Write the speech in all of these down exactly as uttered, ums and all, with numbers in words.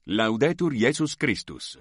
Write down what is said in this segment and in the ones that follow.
Laudetur Jesus Christus.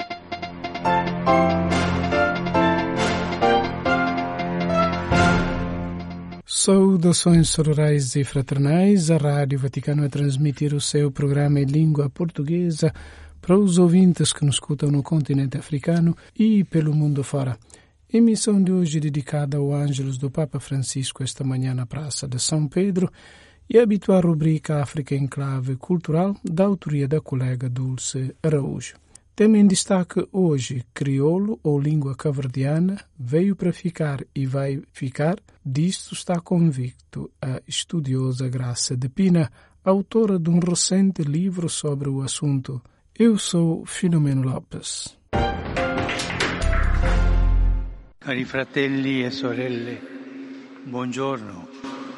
Saudações sororais e fraternais. A Rádio Vaticano a transmitir o seu programa em língua portuguesa para os ouvintes que nos escutam no continente africano e pelo mundo fora. Emissão de hoje dedicada ao Ângelus do Papa Francisco esta manhã na Praça de São Pedro e a habitual rubrica África em Clave Cultural da autoria da colega Dulce Araújo. Tema em destaque hoje, crioulo ou língua cabo-verdiana, veio para ficar e vai ficar. Disto está convicto a estudiosa Graça de Pina, autora de um recente livro sobre o assunto. Eu sou Filomeno Lopes. Cari fratelli e sorelle, buongiorno.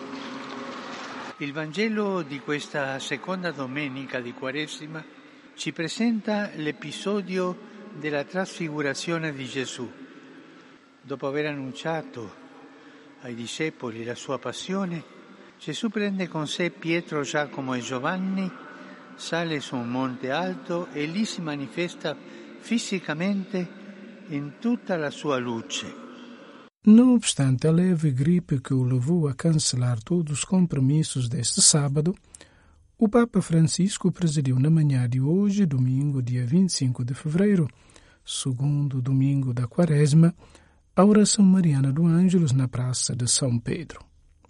Il Vangelo di questa seconda domenica di Quaresima ci presenta l'episodio della trasfigurazione di Gesù. Dopo aver annunciato ai discepoli la sua passione, Gesù prende con sé Pietro, Giacomo e Giovanni, sale su un monte alto e lì si manifesta fisicamente in tutta la sua luce. Não obstante a leve gripe que o levou a cancelar todos os compromissos deste sábado, o Papa Francisco presidiu na manhã de hoje, domingo, dia vinte e cinco de fevereiro, segundo domingo da Quaresma, a oração mariana do Ângelus na Praça de São Pedro.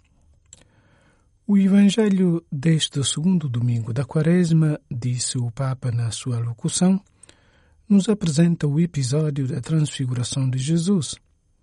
O Evangelho deste segundo domingo da Quaresma, disse o Papa na sua locução, nos apresenta o episódio da transfiguração de Jesus.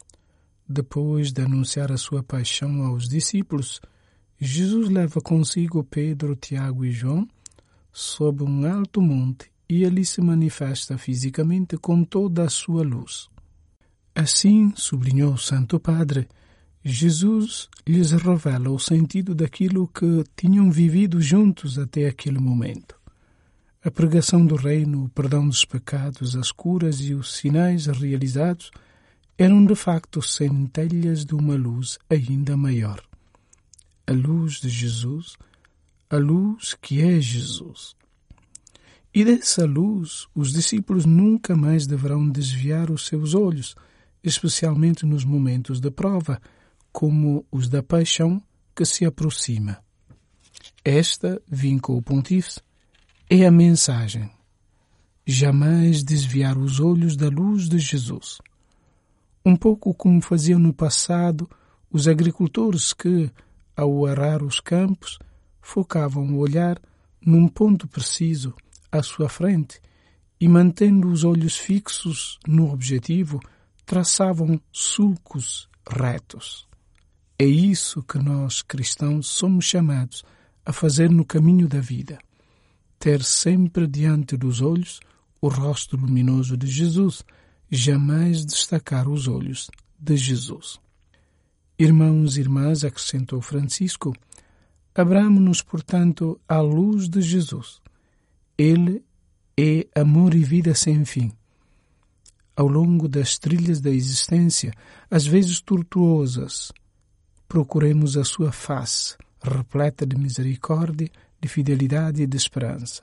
Depois de anunciar a sua paixão aos discípulos, Jesus leva consigo Pedro, Tiago e João sob um alto monte e ali se manifesta fisicamente com toda a sua luz. Assim, sublinhou o Santo Padre, Jesus lhes revela o sentido daquilo que tinham vivido juntos até aquele momento. A pregação do reino, o perdão dos pecados, as curas e os sinais realizados eram de facto centelhas de uma luz ainda maior. A luz de Jesus, a luz que é Jesus. E dessa luz, os discípulos nunca mais deverão desviar os seus olhos, especialmente nos momentos de prova, como os da paixão que se aproxima. Esta, vinca o pontífice, é a mensagem. Jamais desviar os olhos da luz de Jesus. Um pouco como faziam no passado os agricultores que, ao arar os campos, focavam o olhar num ponto preciso à sua frente e, mantendo os olhos fixos no objetivo, traçavam sulcos retos. É isso que nós, cristãos, somos chamados a fazer no caminho da vida. Ter sempre diante dos olhos o rosto luminoso de Jesus, jamais destacar os olhos de Jesus. Irmãos e irmãs, acrescentou Francisco, abramo-nos, portanto, à luz de Jesus. Ele é amor e vida sem fim. Ao longo das trilhas da existência, às vezes tortuosas, procuremos a sua face, repleta de misericórdia, de fidelidade e de esperança.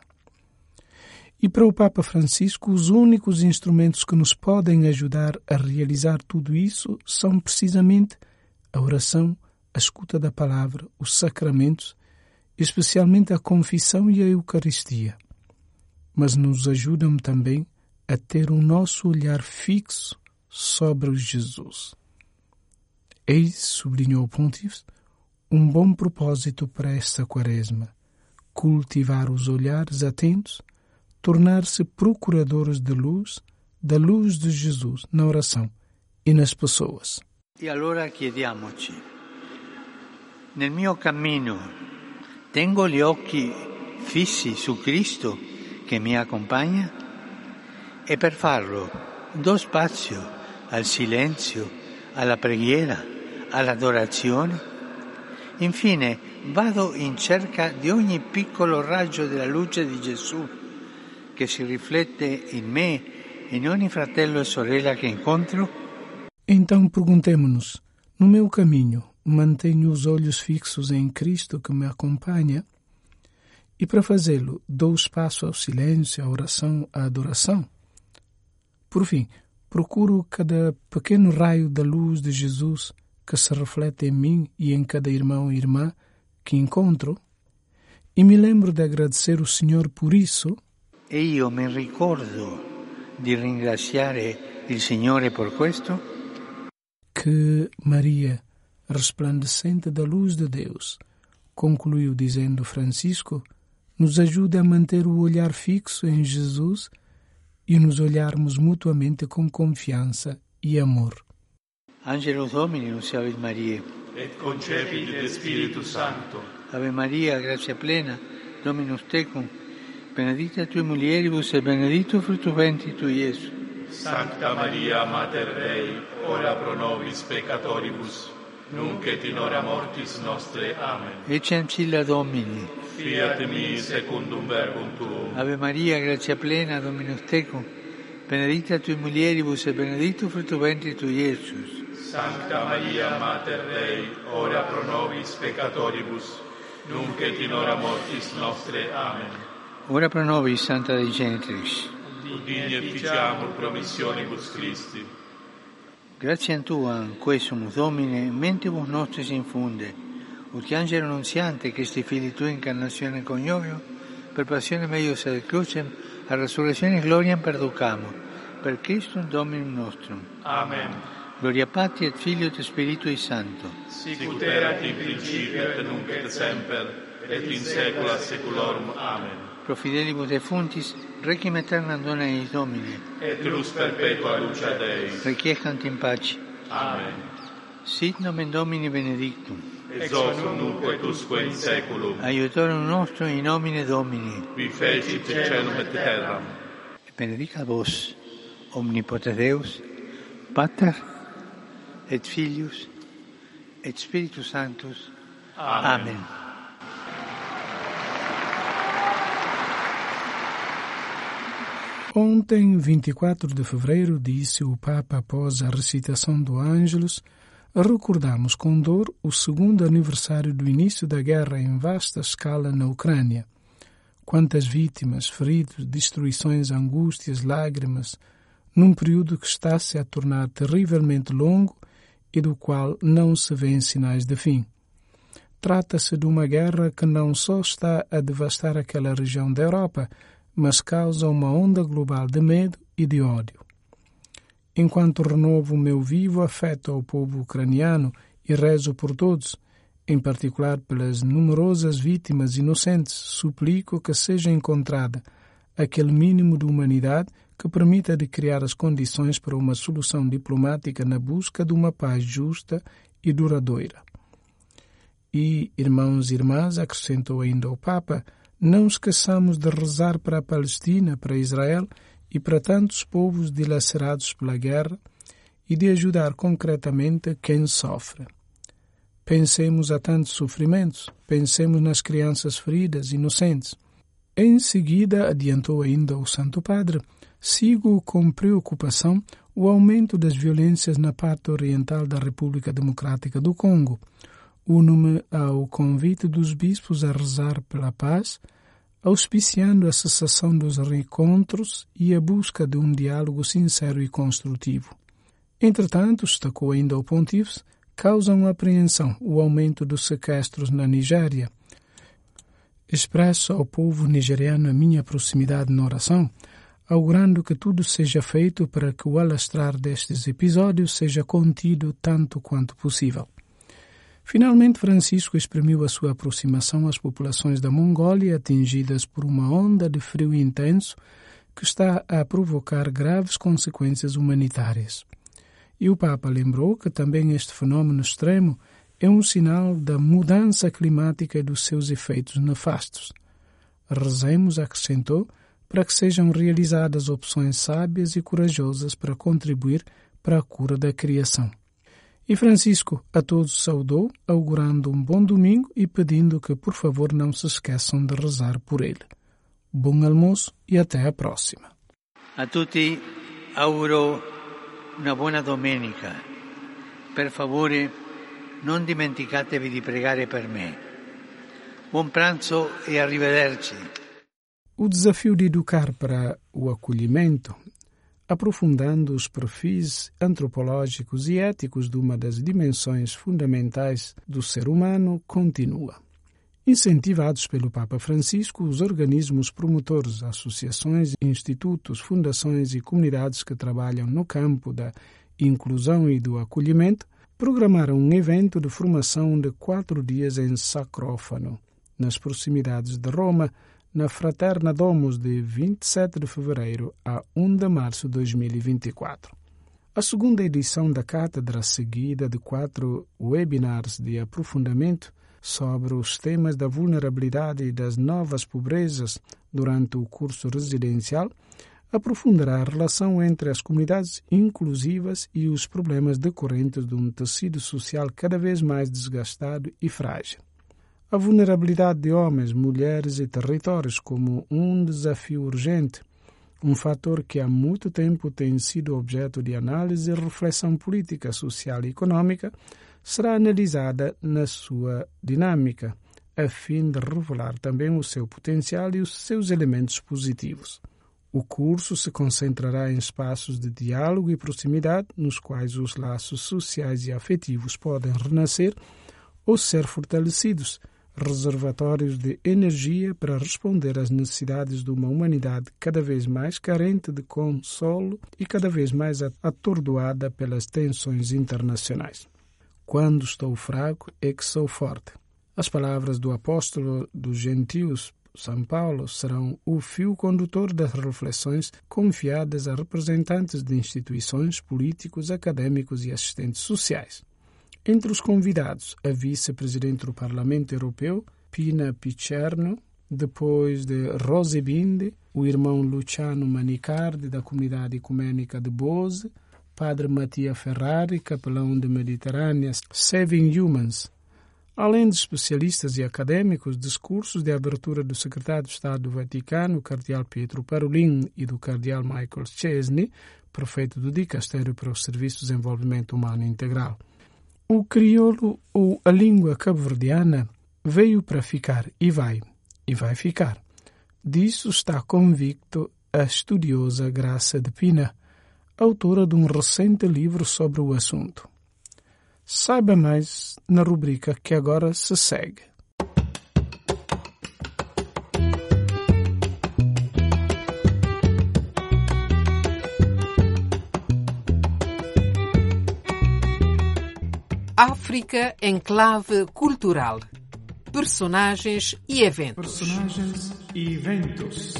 E para o Papa Francisco, os únicos instrumentos que nos podem ajudar a realizar tudo isso são precisamente a oração, a escuta da palavra, os sacramentos, especialmente a confissão e a Eucaristia. Mas nos ajudam também a ter o nosso olhar fixo sobre Jesus. Eis, sublinhou o Pontífice, um bom propósito para esta Quaresma: cultivar os olhares atentos, tornar-se procuradores de luz, da luz de Jesus na oração e nas pessoas. E allora chiediamoci, nel mio cammino tengo gli occhi fissi su Cristo che mi accompagna? E per farlo do spazio al silenzio, alla preghiera, all'adorazione? Infine, vado in cerca di ogni piccolo raggio della luce di Gesù che si riflette in me e in ogni fratello e sorella che incontro? Então perguntemo-nos, no meu caminho mantenho os olhos fixos em Cristo que me acompanha? E para fazê-lo, dou espaço ao silêncio, à oração, à adoração. Por fim, procuro cada pequeno raio da luz de Jesus que se reflete em mim e em cada irmão e irmã que encontro, e me lembro de agradecer o Senhor por isso. E io mi ricordo di ringraziare il Signore por questo. Que Maria, resplandecente da luz de Deus, concluiu dizendo Francisco, nos ajude a manter o olhar fixo em Jesus e nos olharmos mutuamente com confiança e amor. Angelus Domini, nunciavit Mariae. Et concepit de Spiritu Sancto. Ave Maria, gratia plena, Dominus tecum, benedicta tui mulieribus et benedictus fructus ventris tui, Iesus. Sancta Maria, Mater Dei, ora pro nobis peccatoribus, nunc et in hora mortis nostre. Amen. Ecce ancilla Domini. Fiat mi secundum verbum tuum. Ave Maria, gratia plena, Dominus tecum, benedicta tui mulieribus et benedictus fructus ventris tui, Iesus. Sancta Maria, Mater Dei, ora pro nobis peccatoribus, nunc et in hora mortis nostre. Amen. Ora pro nobis, Santa Dei Genitrix. Udini et ficiamur promissionibus Christi. Gratiam Tuam, quesumus, Domine, mentibus nostris infunde, ut angelo nunziante, Christi Filii Tui, incarnatione coniovium, per passione meius ad crucem, a resurrezione gloriam perducamur, per Christum Dominum nostrum. Amen. Gloria Patri et Filio et Spiritui Sancto. Sicut erat in principio et nunc et semper, et in saecula saeculorum. Amen. Pro fidelibus defuntis, requiem aeternam dona eis Domine. Et lux perpetua luce Dei. Requiescant in pace. Amen. Sit nomen Domini benedictum. Ex hoc nunc et usque in saeculum. Aiutorium nostrum in nomine Domini. Qui fecit caelum et terram. Et benedicat vos, omnipotens Deus, Pater, et Filius, et Spiritus Sanctus. Amen. Amen. Ontem, vinte e quatro de fevereiro, disse o Papa após a recitação do Ângelus, recordamos com dor o segundo aniversário do início da guerra em vasta escala na Ucrânia. Quantas vítimas, feridos, destruições, angústias, lágrimas, num período que está-se a tornar terrivelmente longo e do qual não se vêem sinais de fim. Trata-se de uma guerra que não só está a devastar aquela região da Europa, mas causa uma onda global de medo e de ódio. Enquanto renovo o meu vivo afeto ao povo ucraniano e rezo por todos, em particular pelas numerosas vítimas inocentes, suplico que seja encontrada aquele mínimo de humanidade que permita de criar as condições para uma solução diplomática na busca de uma paz justa e duradoura. E, irmãos e irmãs, acrescentou ainda o Papa, não esqueçamos de rezar para a Palestina, para Israel e para tantos povos dilacerados pela guerra e de ajudar concretamente quem sofre. Pensemos a tantos sofrimentos, pensemos nas crianças feridas, inocentes. Em seguida, adiantou ainda o Santo Padre, sigo com preocupação o aumento das violências na parte oriental da República Democrática do Congo. Uno-me ao convite dos bispos a rezar pela paz, auspiciando a cessação dos reencontros e a busca de um diálogo sincero e construtivo. Entretanto, destacou ainda o Pontífice, causam apreensão o aumento dos sequestros na Nigéria. Expresso ao povo nigeriano a minha proximidade na oração, augurando que tudo seja feito para que o alastrar destes episódios seja contido tanto quanto possível. Finalmente, Francisco exprimiu a sua aproximação às populações da Mongólia atingidas por uma onda de frio intenso que está a provocar graves consequências humanitárias. E o Papa lembrou que também este fenômeno extremo é um sinal da mudança climática e dos seus efeitos nefastos. Rezemos, acrescentou, para que sejam realizadas opções sábias e corajosas para contribuir para a cura da criação. E Francisco a todos saudou, augurando um bom domingo e pedindo que, por favor, não se esqueçam de rezar por ele. Bom almoço e até a próxima. A tutti auguro una buona domenica. Per favore, non dimenticatevi di pregare per me. Buon pranzo e arrivederci. O desafio de educar para o acolhimento, aprofundando os perfis antropológicos e éticos de uma das dimensões fundamentais do ser humano, continua. Incentivados pelo Papa Francisco, os organismos promotores, associações, institutos, fundações e comunidades que trabalham no campo da inclusão e do acolhimento programaram um evento de formação de quatro dias em Sacrófano, nas proximidades de Roma, na Fraterna Domus de vinte e sete de fevereiro a primeiro de março de dois mil e vinte e quatro. A segunda edição da cátedra, seguida de quatro webinars de aprofundamento sobre os temas da vulnerabilidade e das novas pobrezas durante o curso residencial, aprofundará a relação entre as comunidades inclusivas e os problemas decorrentes de um tecido social cada vez mais desgastado e frágil. A vulnerabilidade de homens, mulheres e territórios como um desafio urgente, um fator que há muito tempo tem sido objeto de análise e reflexão política, social e econômica, será analisada na sua dinâmica, a fim de revelar também o seu potencial e os seus elementos positivos. O curso se concentrará em espaços de diálogo e proximidade, nos quais os laços sociais e afetivos podem renascer ou ser fortalecidos, reservatórios de energia para responder às necessidades de uma humanidade cada vez mais carente de consolo e cada vez mais atordoada pelas tensões internacionais. Quando estou fraco é que sou forte. As palavras do apóstolo dos gentios, São Paulo, serão o fio condutor das reflexões confiadas a representantes de instituições, políticos, acadêmicos e assistentes sociais. Entre os convidados, a vice-presidente do Parlamento Europeu, Pina Picerno, depois de Rose Bindi, o irmão Luciano Manicardi, da Comunidade Ecumênica de Bose, Padre Mattia Ferrari, capelão de Mediterrânea Saving Humans. Além de especialistas e acadêmicos, discursos de abertura do secretário de Estado do Vaticano, o cardeal Pietro Parolin, e do cardeal Michael Chesney, prefeito do Dicastério para os Serviços de Desenvolvimento Humano Integral. O crioulo ou a língua cabo-verdiana veio para ficar e vai, e vai ficar. Disso está convicto a estudiosa Graça de Pina, autora de um recente livro sobre o assunto. Saiba mais na rubrica que agora se segue. África em clave cultural. Personagens e eventos. Personagens e eventos.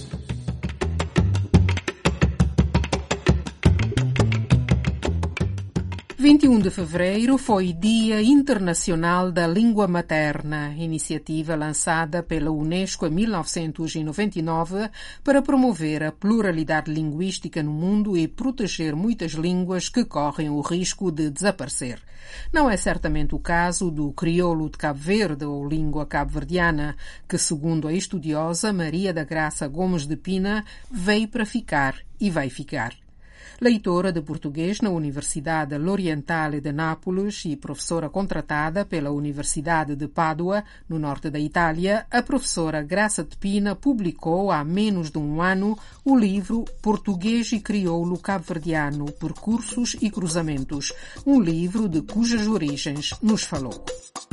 vinte e um de fevereiro foi Dia Internacional da Língua Materna, iniciativa lançada pela Unesco em mil novecentos e noventa e nove para promover a pluralidade linguística no mundo e proteger muitas línguas que correm o risco de desaparecer. Não é certamente o caso do crioulo de Cabo Verde ou língua cabo-verdiana, que, segundo a estudiosa Maria da Graça Gomes de Pina, veio para ficar e vai ficar. Leitora de português na Universidade L'Orientale de Nápoles e professora contratada pela Universidade de Pádua, no norte da Itália, a professora Graça de Pina publicou há menos de um ano o livro Português e Crioulo Cabo-Verdiano, Percursos e Cruzamentos, um livro de cujas origens nos falou.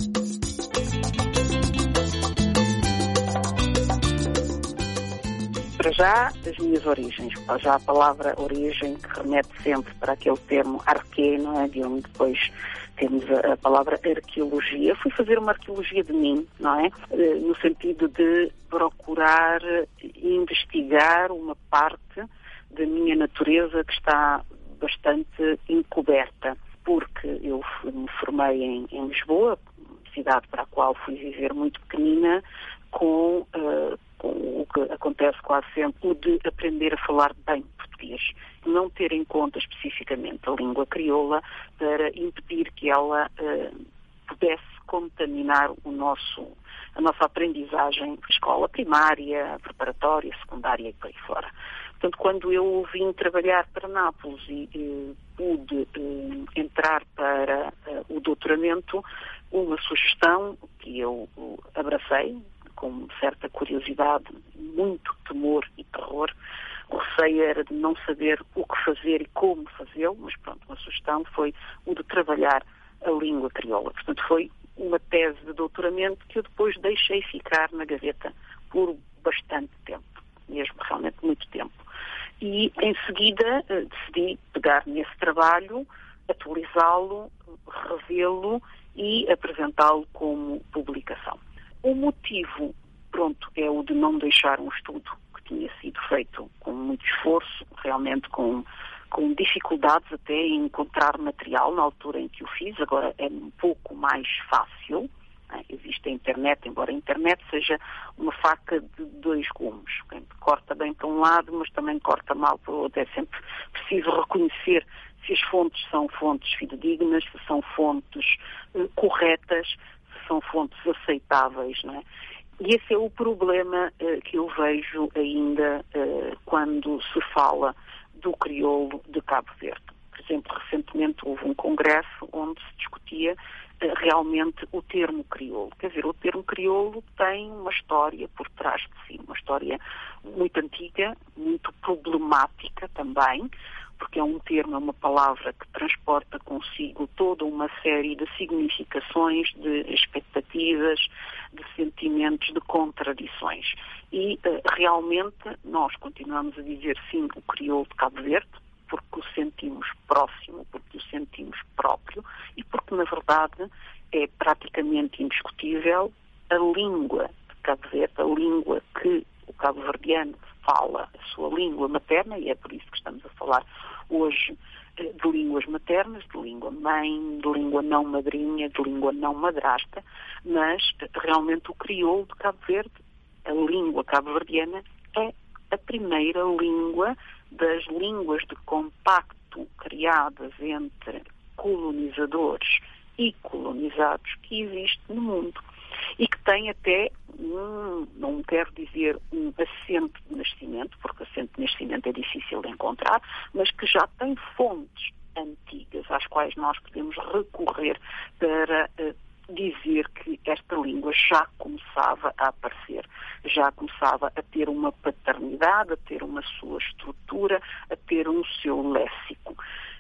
Para já, as minhas origens. Para já a palavra origem, que remete sempre para aquele termo arquê, não é? De onde depois temos a, a palavra arqueologia. Fui fazer uma arqueologia de mim, não é? No sentido de procurar investigar uma parte da minha natureza que está bastante encoberta. Porque eu me formei em, em Lisboa, cidade para a qual fui viver muito pequenina, com... Uh, o que acontece quase sempre, o de aprender a falar bem português. Não ter em conta especificamente a língua crioula para impedir que ela uh, pudesse contaminar o nosso, a nossa aprendizagem na escola primária, preparatória, secundária e por aí fora. Portanto, quando eu vim trabalhar para Nápoles e, e pude uh, entrar para uh, o doutoramento, uma sugestão que eu uh, abracei, com certa curiosidade, muito temor e terror. O receio era de não saber o que fazer e como fazê-lo, mas pronto, uma sugestão foi o de trabalhar a língua crioula. Portanto, foi uma tese de doutoramento que eu depois deixei ficar na gaveta por bastante tempo, mesmo realmente muito tempo. E, em seguida, decidi pegar nesse trabalho, atualizá-lo, revê-lo e apresentá-lo como publicação. O motivo, pronto, é o de não deixar um estudo que tinha sido feito com muito esforço, realmente com, com dificuldades até em encontrar material na altura em que o fiz. Agora é um pouco mais fácil. Existe a internet, embora a internet seja uma faca de dois gumes. Corta bem para um lado, mas também corta mal para o outro. É sempre preciso reconhecer se as fontes são fontes fidedignas, se são fontes uh, corretas, se são fontes aceitáveis, não é? E esse é o problema uh, que eu vejo ainda uh, quando se fala do crioulo de Cabo Verde. Por exemplo, recentemente houve um congresso onde se discutia realmente o termo crioulo. Quer dizer, o termo crioulo tem uma história por trás de si, uma história muito antiga, muito problemática também, porque é um termo, é uma palavra que transporta consigo toda uma série de significações, de expectativas, de sentimentos, de contradições. E uh, realmente nós continuamos a dizer sim o crioulo de Cabo Verde, porque o sentimos próximo, porque o sentimos próprio e porque, na verdade, é praticamente indiscutível a língua de Cabo Verde, a língua que o cabo-verdiano fala, a sua língua materna, e é por isso que estamos a falar hoje de línguas maternas, de língua mãe, de língua não madrinha, de língua não madrasta, mas realmente o crioulo de Cabo Verde, a língua cabo-verdiana, é a primeira língua das línguas de contacto criadas entre colonizadores e colonizados que existe no mundo. E que tem até, um, não quero dizer um assento de nascimento, porque assento de nascimento é difícil de encontrar, mas que já tem fontes antigas às quais nós podemos recorrer para uh, dizer que esta língua já começava a aparecer, já começava a ter uma paternidade, a ter uma sua estrutura, a ter um seu léxico.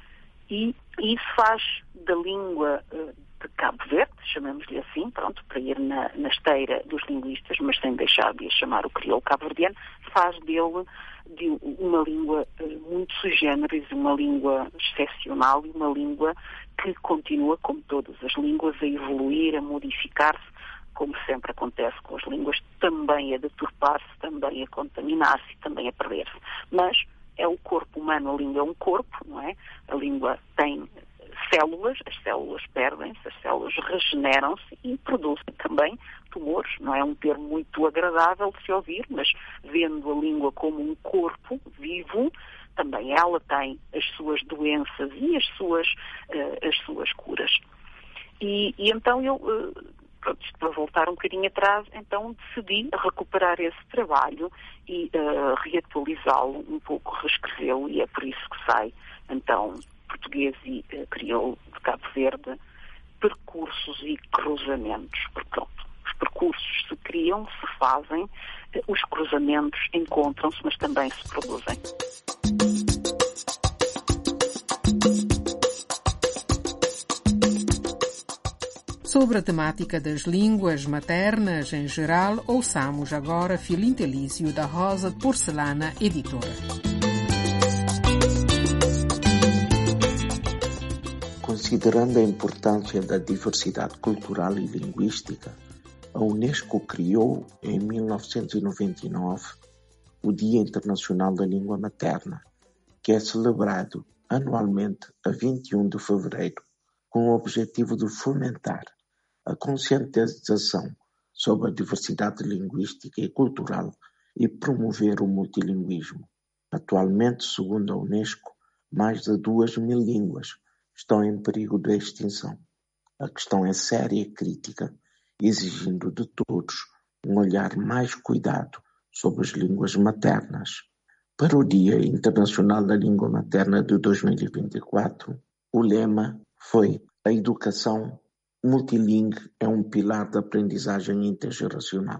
E isso faz da língua uh, de Cabo Verde, chamemos-lhe assim, pronto, para ir na, na esteira dos linguistas, mas sem deixar de a chamar o crioulo cabo-verdiano, faz dele de uma língua uh, muito sui generis, uma língua excepcional e uma língua que continua, como todas as línguas, a evoluir, a modificar-se, como sempre acontece com as línguas, também a deturpar-se, também a contaminar-se, também a perder-se. Mas é o corpo humano, a língua é um corpo, não é? A língua tem células, as células perdem-se, as células regeneram-se e produzem também tumores. Não é um termo muito agradável de se ouvir, mas vendo a língua como um corpo vivo, também ela tem as suas doenças e as suas, uh, as suas curas. E, e então eu, uh, pronto, para voltar um bocadinho atrás, então decidi recuperar esse trabalho e uh, reatualizá-lo, um pouco reescrevê-lo, e é por isso que sai, então, português e uh, crioulo de Cabo Verde, percursos e cruzamentos. Porque, pronto, os percursos se criam, se fazem, uh, os cruzamentos encontram-se, mas também se produzem. Sobre a temática das línguas maternas em geral, ouçamos agora Filinto Elísio da Rosa de Porcelana, editora. Considerando a importância da diversidade cultural e linguística, a Unesco criou, em mil novecentos e noventa e nove, o Dia Internacional da Língua Materna, que é celebrado anualmente a vinte e um de fevereiro, com o objetivo de fomentar a conscientização sobre a diversidade linguística e cultural e promover o multilinguismo. Atualmente, segundo a Unesco, mais de duas mil línguas estão em perigo de extinção. A questão é séria e crítica, exigindo de todos um olhar mais cuidado sobre as línguas maternas. Para o Dia Internacional da Língua Materna de dois mil e vinte e quatro, o lema foi: a educação multilingue é um pilar da aprendizagem intergeracional.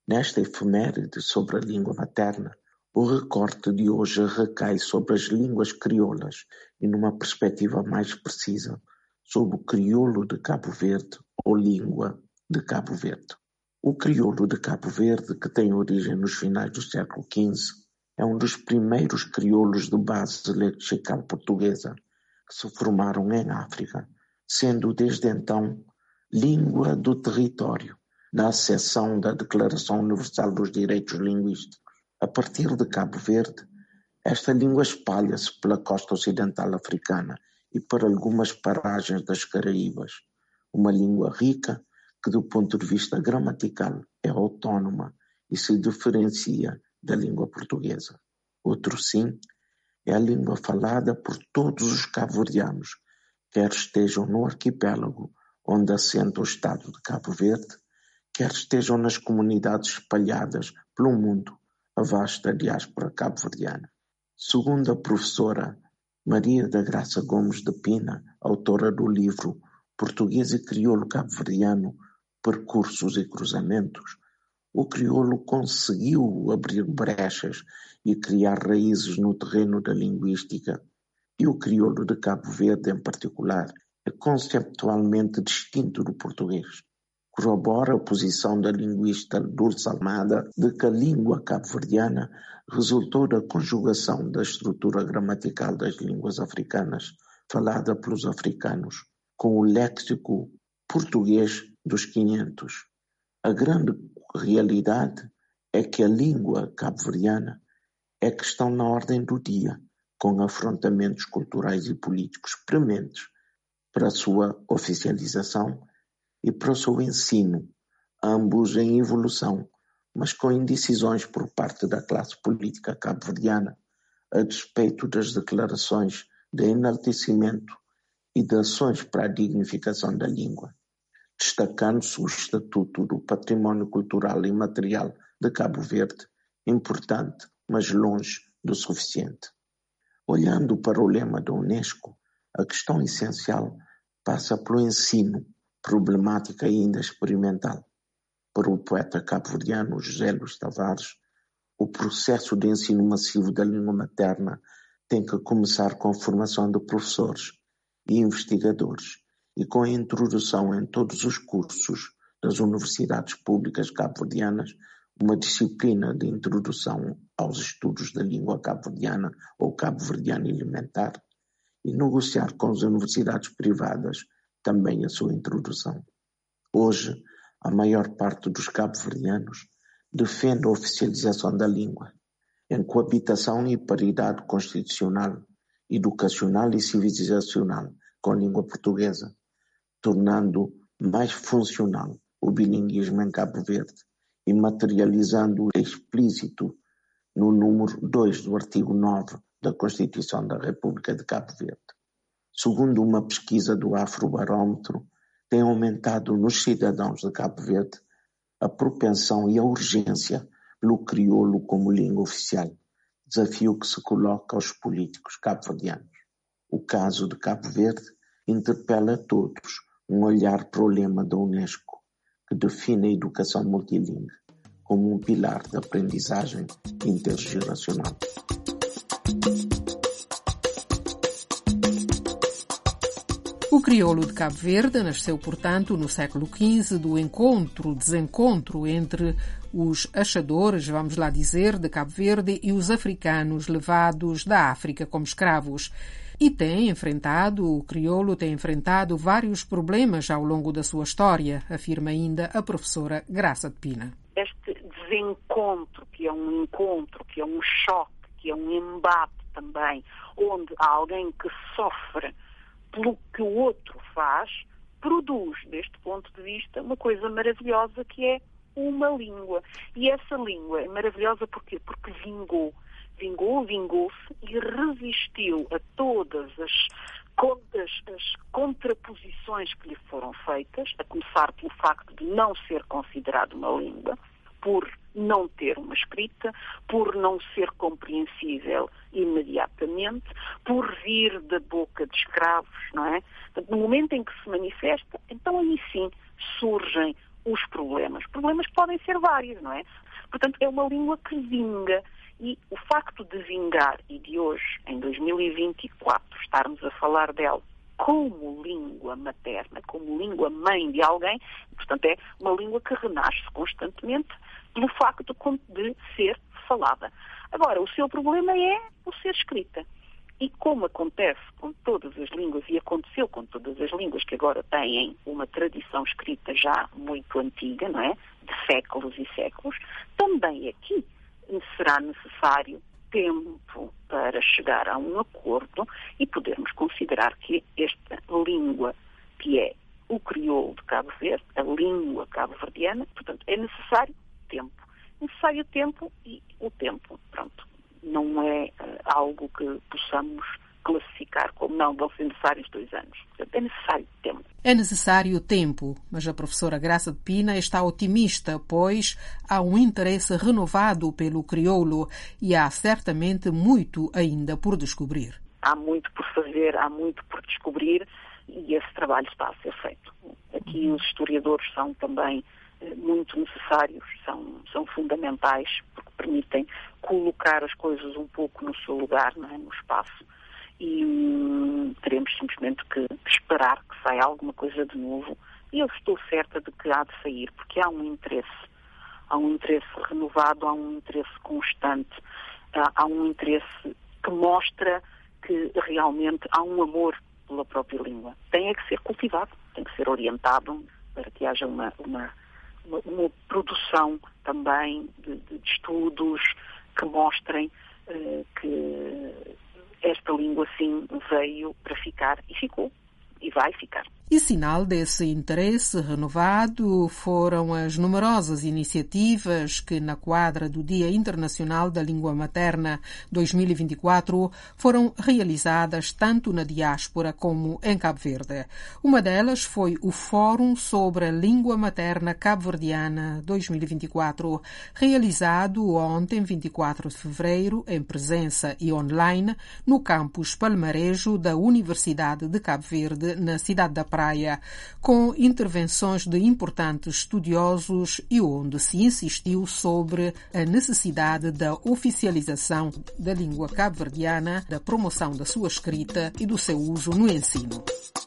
Nesta efeméride sobre a língua materna, o recorte de hoje recai sobre as línguas crioulas e numa perspectiva mais precisa sobre o crioulo de Cabo Verde ou língua de Cabo Verde. O crioulo de Cabo Verde, que tem origem nos finais do século quinze, é um dos primeiros crioulos de base lexical portuguesa que se formaram em África, sendo desde então língua do território, na acessão da Declaração Universal dos Direitos Linguísticos. A partir de Cabo Verde, esta língua espalha-se pela costa ocidental africana e para algumas paragens das Caraíbas. Uma língua rica que, do ponto de vista gramatical, é autónoma e se diferencia da língua portuguesa. Outro sim é a língua falada por todos os cabo-verdianos, quer estejam no arquipélago onde assenta o Estado de Cabo Verde, quer estejam nas comunidades espalhadas pelo mundo, a vasta diáspora cabo-verdiana. Segundo a professora Maria da Graça Gomes de Pina, autora do livro Português e Crioulo Cabo-Verdiano, Percursos e Cruzamentos, o crioulo conseguiu abrir brechas e criar raízes no terreno da linguística, e o crioulo de Cabo Verde, em particular, é conceptualmente distinto do português. Corrobora a posição da linguista Dulce Almada de que a língua cabo-verdiana resultou da conjugação da estrutura gramatical das línguas africanas falada pelos africanos com o léxico português dos quinhentos. A grande realidade é que a língua cabo-verdiana é questão na ordem do dia, com afrontamentos culturais e políticos prementes para a sua oficialização e para o seu ensino, ambos em evolução, mas com indecisões por parte da classe política cabo-verdiana, a despeito das declarações de enaltecimento e de ações para a dignificação da língua, destacando-se o Estatuto do Património Cultural e Material de Cabo Verde, importante, mas longe do suficiente. Olhando para o lema da Unesco, a questão essencial passa pelo ensino, problemática e ainda experimental. Para o poeta cabo-verdiano José Luís Tavares, o processo de ensino massivo da língua materna tem que começar com a formação de professores e investigadores e com a introdução em todos os cursos das universidades públicas cabo-verdianas uma disciplina de introdução aos estudos da língua cabo-verdiana ou cabo-verdiana elementar e negociar com as universidades privadas também a sua introdução. Hoje, a maior parte dos cabo-verdianos defende a oficialização da língua, em coabitação e paridade constitucional, educacional e civilizacional com a língua portuguesa, tornando mais funcional o bilinguismo em Cabo Verde e materializando explícito no número dois do artigo nove da Constituição da República de Cabo Verde. Segundo uma pesquisa do Afrobarómetro, tem aumentado nos cidadãos de Cabo Verde a propensão e a urgência pelo crioulo como língua oficial, desafio que se coloca aos políticos cabo-verdianos. O caso de Cabo Verde interpela a todos um olhar para o lema da Unesco, que define a educação multilingüe como um pilar da aprendizagem intergeracional. O crioulo de Cabo Verde nasceu, portanto, no século quinze, do encontro-desencontro entre os achadores, vamos lá dizer, de Cabo Verde e os africanos levados da África como escravos. E tem enfrentado, o crioulo tem enfrentado vários problemas ao longo da sua história, afirma ainda a professora Graça de Pina. Este desencontro, que é um encontro, que é um choque, que é um embate também, onde há alguém que sofre pelo que o outro faz, produz, deste ponto de vista, uma coisa maravilhosa que é uma língua. E essa língua é maravilhosa porque, porque vingou. Vingou, vingou-se e resistiu a todas as, as, as contraposições que lhe foram feitas, a começar pelo facto de não ser considerado uma língua, por não ter uma escrita, por não ser compreensível imediatamente, por vir da boca de escravos, não é? No momento em que se manifesta, então aí sim surgem os problemas. Problemas que podem ser vários, não é? Portanto, é uma língua que vinga. E o facto de vingar e de hoje, em dois mil e vinte e quatro, estarmos a falar dela como língua materna, como língua mãe de alguém, portanto, é uma língua que renasce constantemente pelo facto de ser falada. Agora, o seu problema é o ser escrita. E como acontece com todas as línguas, e aconteceu com todas as línguas que agora têm uma tradição escrita já muito antiga, não é? De séculos e séculos, também aqui será necessário tempo para chegar a um acordo e podermos considerar que esta língua, que é o crioulo de Cabo Verde, a língua cabo-verdiana, portanto, é necessário tempo. Necessário tempo e o tempo, pronto, não é uh, algo que possamos classificar como não, vão ser necessários dois anos. Portanto, é necessário tempo. É necessário tempo, mas a professora Graça de Pina está otimista, pois há um interesse renovado pelo crioulo e há certamente muito ainda por descobrir. Há muito por fazer, há muito por descobrir e esse trabalho está a ser feito. Aqui os historiadores são também muito necessários, são, são fundamentais, porque permitem colocar as coisas um pouco no seu lugar, não é? No espaço. E hum, teremos simplesmente que esperar que saia alguma coisa de novo. E eu estou certa de que há de sair, porque há um interesse. Há um interesse renovado, há um interesse constante, há, há um interesse que mostra que realmente há um amor pela própria língua. Tem é que ser cultivado, tem que ser orientado para que haja uma, uma, uma, uma produção também de, de estudos que mostrem uh, que esta língua, sim, veio para ficar e ficou e vai ficar. E sinal desse interesse renovado foram as numerosas iniciativas que, na quadra do Dia Internacional da Língua Materna dois mil e vinte e quatro, foram realizadas tanto na diáspora como em Cabo Verde. Uma delas foi o Fórum sobre a Língua Materna Cabo-Verdiana dois mil e vinte e quatro, realizado ontem, vinte e quatro de fevereiro, em presença e online, no campus Palmarejo da Universidade de Cabo Verde, na cidade da Praia, com intervenções de importantes estudiosos e onde se insistiu sobre a necessidade da oficialização da língua cabo-verdiana, da promoção da sua escrita e do seu uso no ensino.